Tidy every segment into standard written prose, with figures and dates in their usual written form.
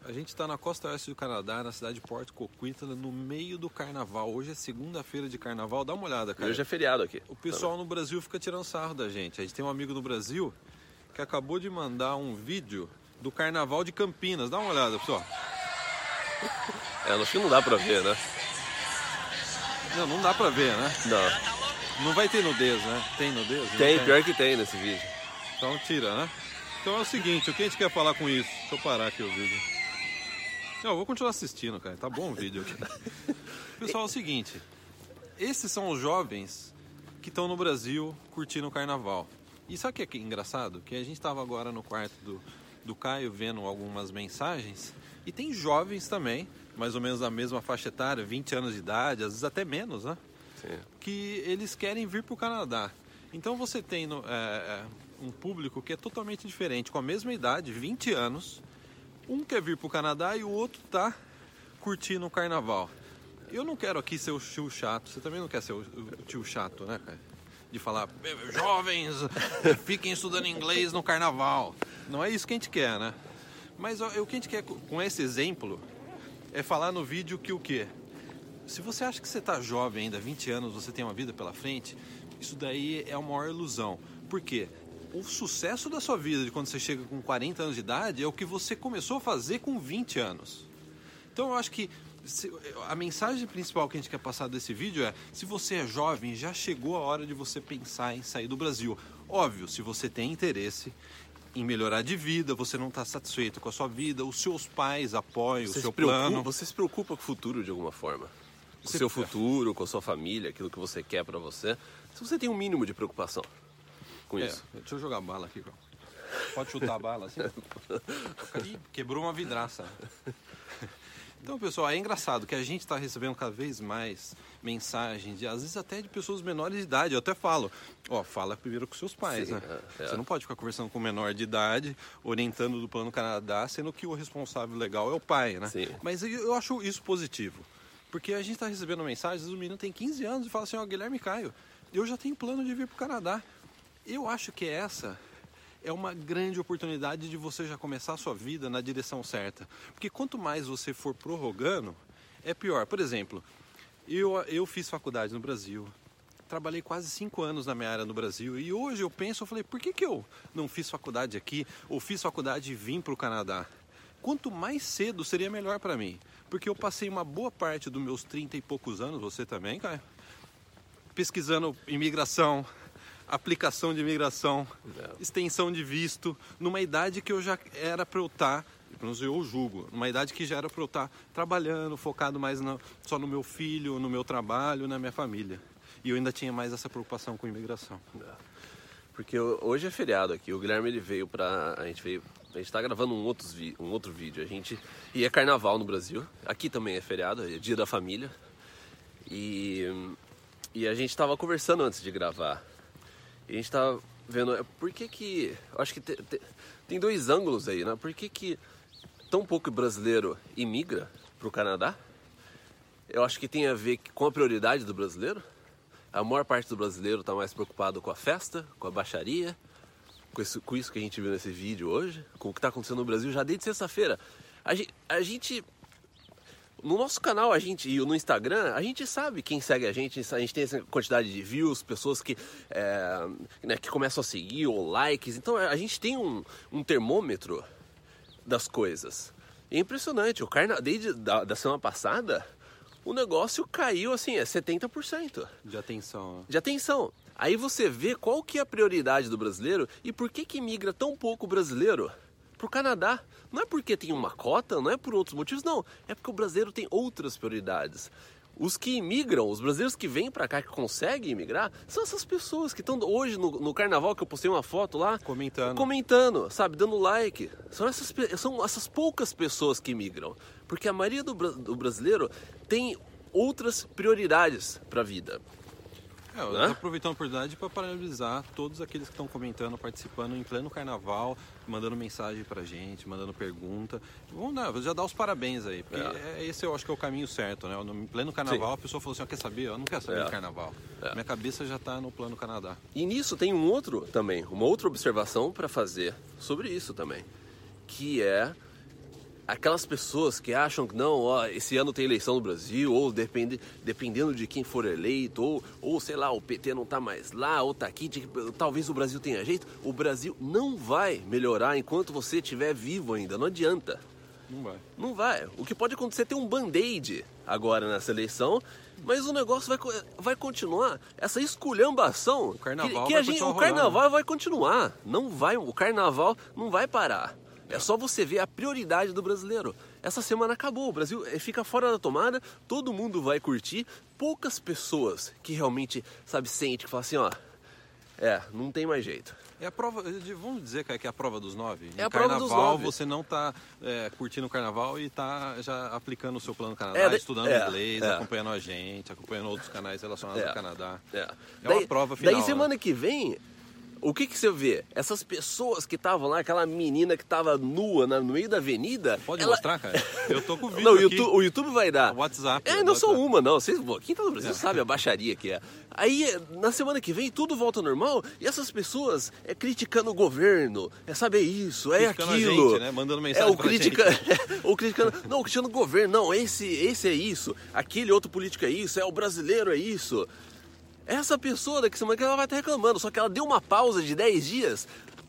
A gente está na costa oeste do Canadá, na cidade de Port Coquitlam, no meio do carnaval. Hoje é segunda-feira de carnaval. Dá uma olhada, cara. Hoje é feriado aqui. O pessoal no Brasil fica tirando sarro da gente. A gente tem um amigo no Brasil que acabou de mandar um vídeo do carnaval de Campinas. Dá uma olhada, pessoal. Acho que não dá pra ver, né? Não dá pra ver, né? Não. Não vai ter nudez, né? Tem nudez? Não Tem, pior que tem nesse vídeo. Então tira, né? Então é o seguinte, o que a gente quer falar com isso? Deixa eu parar aqui o vídeo. Não, eu vou continuar assistindo, cara. Tá bom o vídeo aqui. Pessoal, é o seguinte. Esses são os jovens que estão no Brasil curtindo o carnaval. E sabe o que é engraçado? Que a gente estava agora no quarto do Caio vendo algumas mensagens. E tem jovens também, mais ou menos da mesma faixa etária, 20 anos de idade, às vezes até menos, né? Sim. Que eles querem vir para o Canadá. Então você tem um público que é totalmente diferente, com a mesma idade, 20 anos. Um quer vir para o Canadá e o outro tá curtindo o carnaval. Eu não quero aqui ser o tio chato. Você também não quer ser o tio chato, né, cara? De falar, jovens, fiquem estudando inglês no carnaval. Não é isso que a gente quer, né? Mas o que a gente quer com esse exemplo é falar no vídeo que o quê? Se você acha que você tá jovem ainda, 20 anos, você tem uma vida pela frente, isso daí é uma maior ilusão. Por quê? O sucesso da sua vida de quando você chega com 40 anos de idade é o que você começou a fazer com 20 anos. Então eu acho que a mensagem principal que a gente quer passar desse vídeo é: se você é jovem, já chegou a hora de você pensar em sair do Brasil. Óbvio, se você tem interesse em melhorar de vida, você não está satisfeito com a sua vida, os seus pais apoiam o seu plano. Você se preocupa com o futuro de alguma forma. Com o seu futuro, com a sua família, aquilo que você quer pra você. Se você tem um mínimo de preocupação com isso. Deixa eu jogar a bala aqui, cara. Pode chutar a bala assim? Ih, quebrou uma vidraça. Então, pessoal, é engraçado que a gente está recebendo cada vez mais mensagens, às vezes até de pessoas menores de idade. Eu até falo, fala primeiro com seus pais, né? Você não pode ficar conversando com um menor de idade, orientando do Plano Canadá, sendo que o responsável legal é o pai, né? Sim. Mas eu acho isso positivo, porque a gente está recebendo mensagens, o menino tem 15 anos e fala assim, Guilherme Caio, eu já tenho plano de vir para o Canadá. Eu acho que essa é uma grande oportunidade de você já começar a sua vida na direção certa. Porque quanto mais você for prorrogando, é pior. Por exemplo, eu fiz faculdade no Brasil, trabalhei quase 5 anos na minha área no Brasil, e hoje eu falei, por que eu não fiz faculdade aqui, ou fiz faculdade e vim para o Canadá? Quanto mais cedo seria melhor para mim. Porque eu passei uma boa parte dos meus 30 e poucos anos, você também, Caio, pesquisando imigração, aplicação de imigração, extensão de visto, numa idade que eu já era para eu estar, pelo menos eu julgo, numa idade que já era para eu estar trabalhando, focado mais só no meu filho, no meu trabalho, na minha família. E eu ainda tinha mais essa preocupação com imigração. Porque hoje é feriado aqui, o Guilherme ele veio a gente tá gravando um outro vídeo, e é carnaval no Brasil, aqui também é feriado, é dia da família, e a gente tava conversando antes de gravar. E a gente tá vendo, por que eu acho que tem dois ângulos aí, né? Por que tão pouco brasileiro imigra pro Canadá? Eu acho que tem a ver com a prioridade do brasileiro. A maior parte do brasileiro tá mais preocupado com a festa, com a baixaria, com isso que a gente viu nesse vídeo hoje, com o que tá acontecendo no Brasil já desde sexta-feira. A gente no nosso canal e no Instagram, a gente sabe quem segue a gente tem essa quantidade de views, pessoas que começam a seguir ou likes. Então a gente tem um termômetro das coisas. É impressionante, desde da semana passada, o negócio caiu assim, 70%. De atenção. Né? De atenção. Aí você vê qual que é a prioridade do brasileiro e por que migra tão pouco brasileiro pro Canadá. Não é porque tem uma cota, não é por outros motivos, não. É porque o brasileiro tem outras prioridades. Os que imigram, os brasileiros que vêm pra cá, que conseguem imigrar, são essas pessoas que estão hoje no carnaval, que eu postei uma foto lá, comentando, sabe, dando like. São essas poucas pessoas que imigram. Porque a maioria do brasileiro tem outras prioridades pra vida. Eu tô aproveitando a oportunidade para parabenizar todos aqueles que estão comentando, participando em pleno carnaval, mandando mensagem pra gente, mandando pergunta. Vamos já dar os parabéns aí, porque esse eu acho que é o caminho certo, né? Em pleno carnaval, sim. A pessoa falou assim, quer saber? Eu não quero saber de carnaval. Minha cabeça já tá no plano Canadá. E nisso tem uma outra observação para fazer sobre isso também, que é aquelas pessoas que acham que não, ó, esse ano tem eleição no Brasil, ou dependendo de quem for eleito, ou sei lá, o PT não tá mais lá, ou tá aqui, talvez o Brasil tenha jeito. O Brasil não vai melhorar enquanto você estiver vivo ainda, não adianta. Não vai. Não vai. O que pode acontecer é ter um band-aid agora nessa eleição, mas o negócio vai continuar. Essa esculhambação. O carnaval o carnaval vai continuar. O carnaval não vai parar. É só você ver a prioridade do brasileiro. Essa semana acabou, o Brasil fica fora da tomada, todo mundo vai curtir. Poucas pessoas que realmente, sente que falam assim, ó, não tem mais jeito. É a prova, vamos dizer que é a prova dos 9. É a prova dos 9. Você não está curtindo o carnaval e está já aplicando o seu plano Canadá, estudando inglês, acompanhando a gente, acompanhando outros canais relacionados ao Canadá. É uma prova final. Daí semana que vem, o que você vê? Essas pessoas que estavam lá, aquela menina que estava nua no meio da avenida... Pode mostrar, cara? Eu tô com o vídeo não, aqui. O YouTube vai dar. O WhatsApp. Não só uma, não. Quem tá no Brasil sabe a baixaria que é. Aí, na semana que vem, tudo volta ao normal e essas pessoas criticando o governo. Sabe, isso, criticando aquilo. A gente, né? Mandando mensagem pra gente. Ou criticando... Não, criticando o governo. Não, esse é isso. Aquele outro político é isso. O brasileiro é isso. Essa pessoa daqui semana que ela vai estar reclamando, só que ela deu uma pausa de 10 dias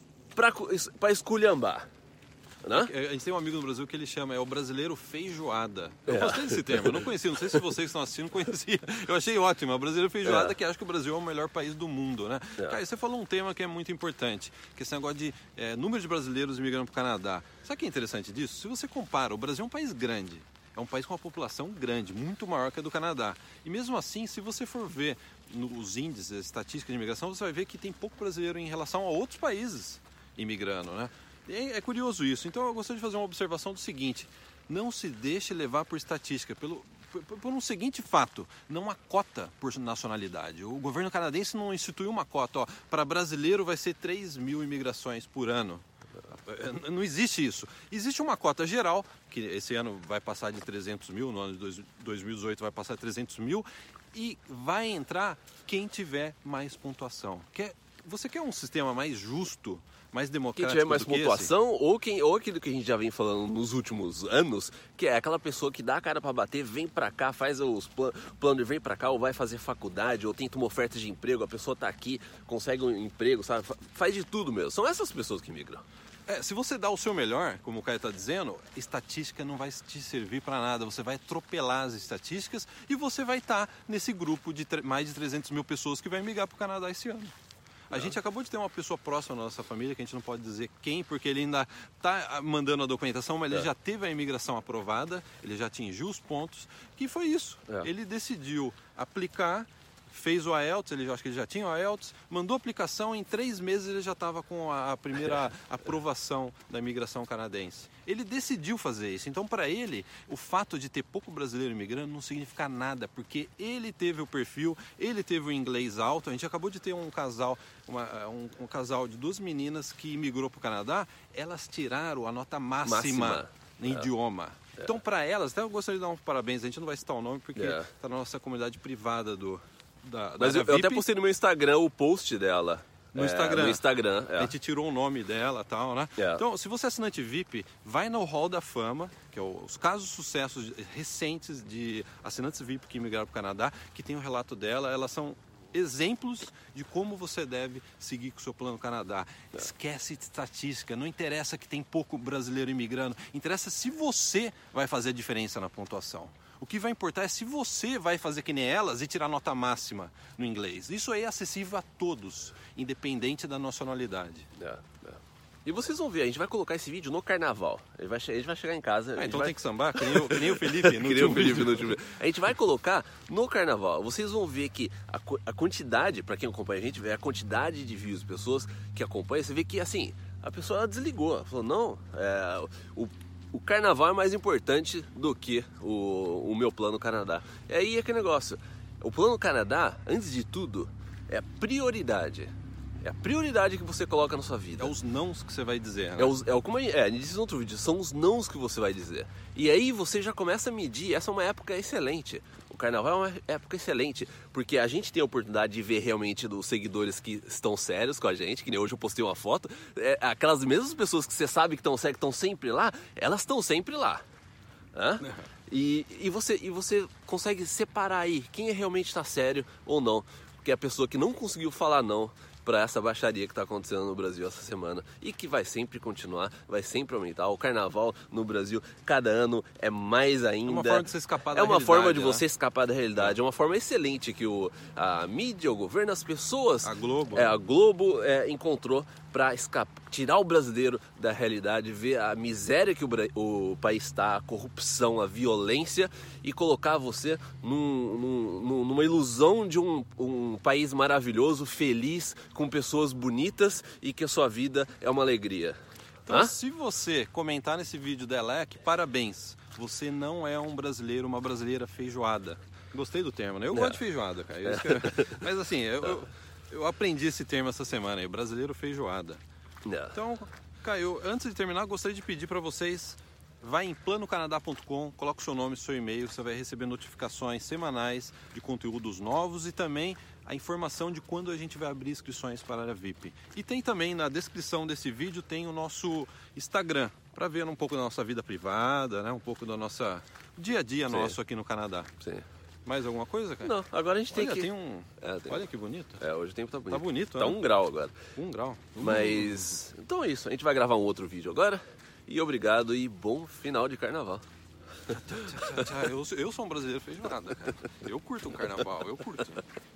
pra esculhambar. Né? A gente tem um amigo no Brasil que ele chama, o brasileiro feijoada. Eu gostei desse termo, eu não conhecia, não sei se vocês que estão assistindo conheciam. Eu achei ótimo, o brasileiro feijoada que acha que o Brasil é o melhor país do mundo, né? Cara, você falou um tema que é muito importante, que é esse negócio de número de brasileiros migrando para o Canadá. Sabe o que é interessante disso? Se você compara, o Brasil é um país grande. É um país com uma população grande, muito maior que a do Canadá. E mesmo assim, se você for ver os índices, as estatísticas de imigração, você vai ver que tem pouco brasileiro em relação a outros países imigrando, né? É curioso isso. Então eu gostaria de fazer uma observação do seguinte: não se deixe levar por estatística, por um seguinte fato: não há cota por nacionalidade. O governo canadense não instituiu uma cota. Para brasileiro vai ser 3 mil imigrações por ano. Não existe isso. Existe uma cota geral, que esse ano vai passar de 300 mil, no ano de 2018 vai passar de 300 mil, e vai entrar quem tiver mais pontuação. Você quer um sistema mais justo, mais democrático? Quem tiver mais pontuação, ou aquilo que a gente já vem falando nos últimos anos, que é aquela pessoa que dá a cara pra bater, vem pra cá, faz os planos, vem pra cá, ou vai fazer faculdade, ou tenta uma oferta de emprego, a pessoa tá aqui, consegue um emprego, sabe? Faz de tudo mesmo. São essas pessoas que migram. Se você dá o seu melhor, como o Caio está dizendo, estatística não vai te servir para nada. Você vai atropelar as estatísticas e você vai estar nesse grupo de mais de 300 mil pessoas que vai migrar para o Canadá esse ano. A gente acabou de ter uma pessoa próxima da nossa família, que a gente não pode dizer quem, porque ele ainda está mandando a documentação, mas ele já teve a imigração aprovada, ele já atingiu os pontos, que foi isso. Ele decidiu aplicar, fez o IELTS, acho que ele já tinha o IELTS, mandou a aplicação, em 3 meses ele já estava com a primeira aprovação da imigração canadense. Ele decidiu fazer isso. Então, para ele, o fato de ter pouco brasileiro imigrando não significa nada, porque ele teve o perfil, ele teve o inglês alto. A gente acabou de ter um casal, um casal de 2 meninas que imigrou para o Canadá, elas tiraram a nota máxima em idioma. Então, para elas, até eu gostaria de dar um parabéns, a gente não vai citar o nome, porque está na nossa comunidade privada Mas eu até postei no meu Instagram o post dela. No Instagram. A gente tirou o nome dela e tal, né? Então, se você é assinante VIP, vai no Hall da Fama, que é os casos de sucessos recentes de assinantes VIP que imigraram para o Canadá, que tem o relato dela. Elas são exemplos de como você deve seguir com o seu plano Canadá. Esquece de estatística, não interessa que tem pouco brasileiro imigrando, interessa se você vai fazer a diferença na pontuação. O que vai importar é se você vai fazer que nem elas e tirar nota máxima no inglês. Isso aí é acessível a todos, independente da nacionalidade. E vocês vão ver, a gente vai colocar esse vídeo no carnaval. A gente vai chegar em casa... Então tem que sambar, que nem o Felipe no último vídeo. A gente vai colocar no carnaval. Vocês vão ver que a quantidade, para quem acompanha a gente, vê a quantidade de views, pessoas que acompanham. Você vê que, assim, a pessoa desligou. Ela falou, não, o carnaval é mais importante do que o meu plano Canadá. E aí é aquele negócio. O plano Canadá, antes de tudo, é a prioridade. É a prioridade que você coloca na sua vida. É os nãos que você vai dizer, né? Como a gente disse no outro vídeo, são os nãos que você vai dizer. E aí você já começa a medir, essa é uma época excelente. O carnaval é uma época excelente, porque a gente tem a oportunidade de ver realmente dos seguidores que estão sérios com a gente, que nem hoje eu postei uma foto, aquelas mesmas pessoas que você sabe que estão sérias, que estão sempre lá, elas estão sempre lá. Né? E você consegue separar aí quem realmente está sério ou não, porque a pessoa que não conseguiu falar não para essa baixaria que está acontecendo no Brasil essa semana e que vai sempre continuar, vai sempre aumentar. O carnaval no Brasil, cada ano é mais ainda. É uma forma de você escapar da realidade. É uma forma de você né? escapar da realidade. É uma forma excelente que a mídia, o governo, as pessoas... A Globo. A Globo encontrou para tirar o brasileiro da realidade, ver a miséria que o país está, a corrupção, a violência e colocar você numa ilusão de um país maravilhoso, feliz, com pessoas bonitas e que a sua vida é uma alegria. Então, se você comentar nesse vídeo da Elec, parabéns. Você não é um brasileiro, uma brasileira feijoada. Gostei do termo, né? Eu gosto de feijoada, cara. Mas assim, eu aprendi esse termo essa semana aí, brasileiro feijoada. Então, Caio, antes de terminar, gostaria de pedir para vocês, vai em planocanadá.com, coloca o seu nome e seu e-mail, você vai receber notificações semanais de conteúdos novos e também a informação de quando a gente vai abrir inscrições para a área VIP. E tem também na descrição desse vídeo, tem o nosso Instagram, para ver um pouco da nossa vida privada, né? Um pouco do nosso dia a dia nosso aqui no Canadá. Sim. Mais alguma coisa, cara? Não, agora a gente tem que... Tem um... Olha que bonito. Hoje o tempo tá bonito. Tá bonito, Tá né? 1 grau agora. 1 grau. Mas, então é isso. A gente vai gravar um outro vídeo agora. E obrigado e bom final de carnaval. Eu sou um brasileiro feijoada, cara. Eu curto um carnaval, eu curto.